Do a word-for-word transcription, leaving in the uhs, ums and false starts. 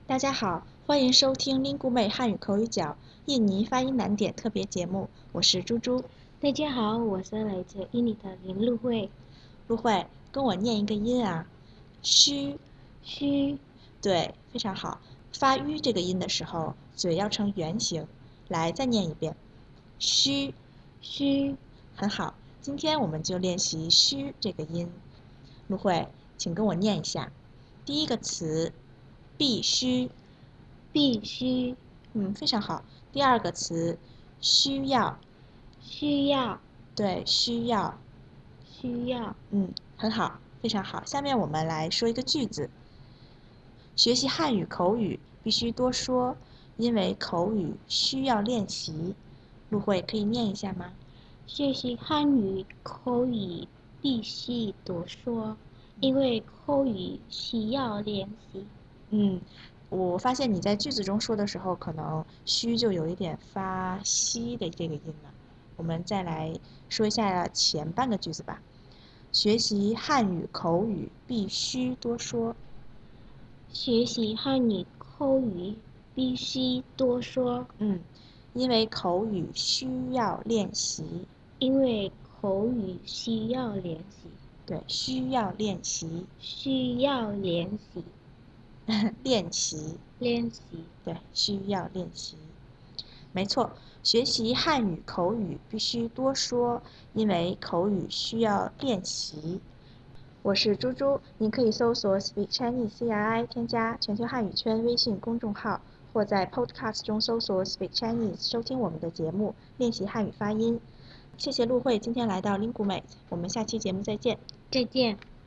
大家好，欢迎收听 Lingume 汉语口语角印尼发音难点特别节目，我是猪猪。 大家好，我是来自印尼的林路慧。 路慧，跟我念一个音啊，嘘。 嘘， 对，非常好。发吁这个音的时候，嘴要呈圆形。来，再念一遍，嘘。 嘘， 很好。今天我们就练习嘘这个音。路慧，请跟我念一下。第一个词，必须。 必须， 嗯，非常好。第二个词，需要。 需要， 对，需要。 需要。 嗯，很好，非常好。下面我们来说一个句子。学习汉语口语必须多说，因为口语需要练习。路慧可以念一下吗？ 学习汉语口语必须多说，因为口语需要练习。 嗯，我发现你在句子中说的时候，可能虚就有一点发西的这个音了。我们再来说一下前半个句子吧。学习汉语口语必须多说。 学习汉语口语必须多说， 嗯，因为口语需要练习。 因为口语需要练习。 对，需要练习。 需要练习， 练习。 练习。 对，需要练习。没错，学习汉语口语必须多说，因为口语需要练习。我是猪猪，您可以搜索 Speak Chinese C R I 添加全球汉语圈微信公众号，或在 Podcast 中搜索 Speak Chinese 收听我们的节目，练习汉语发音。谢谢陆慧今天来到 Lingume，我们下期节目再见。 再见。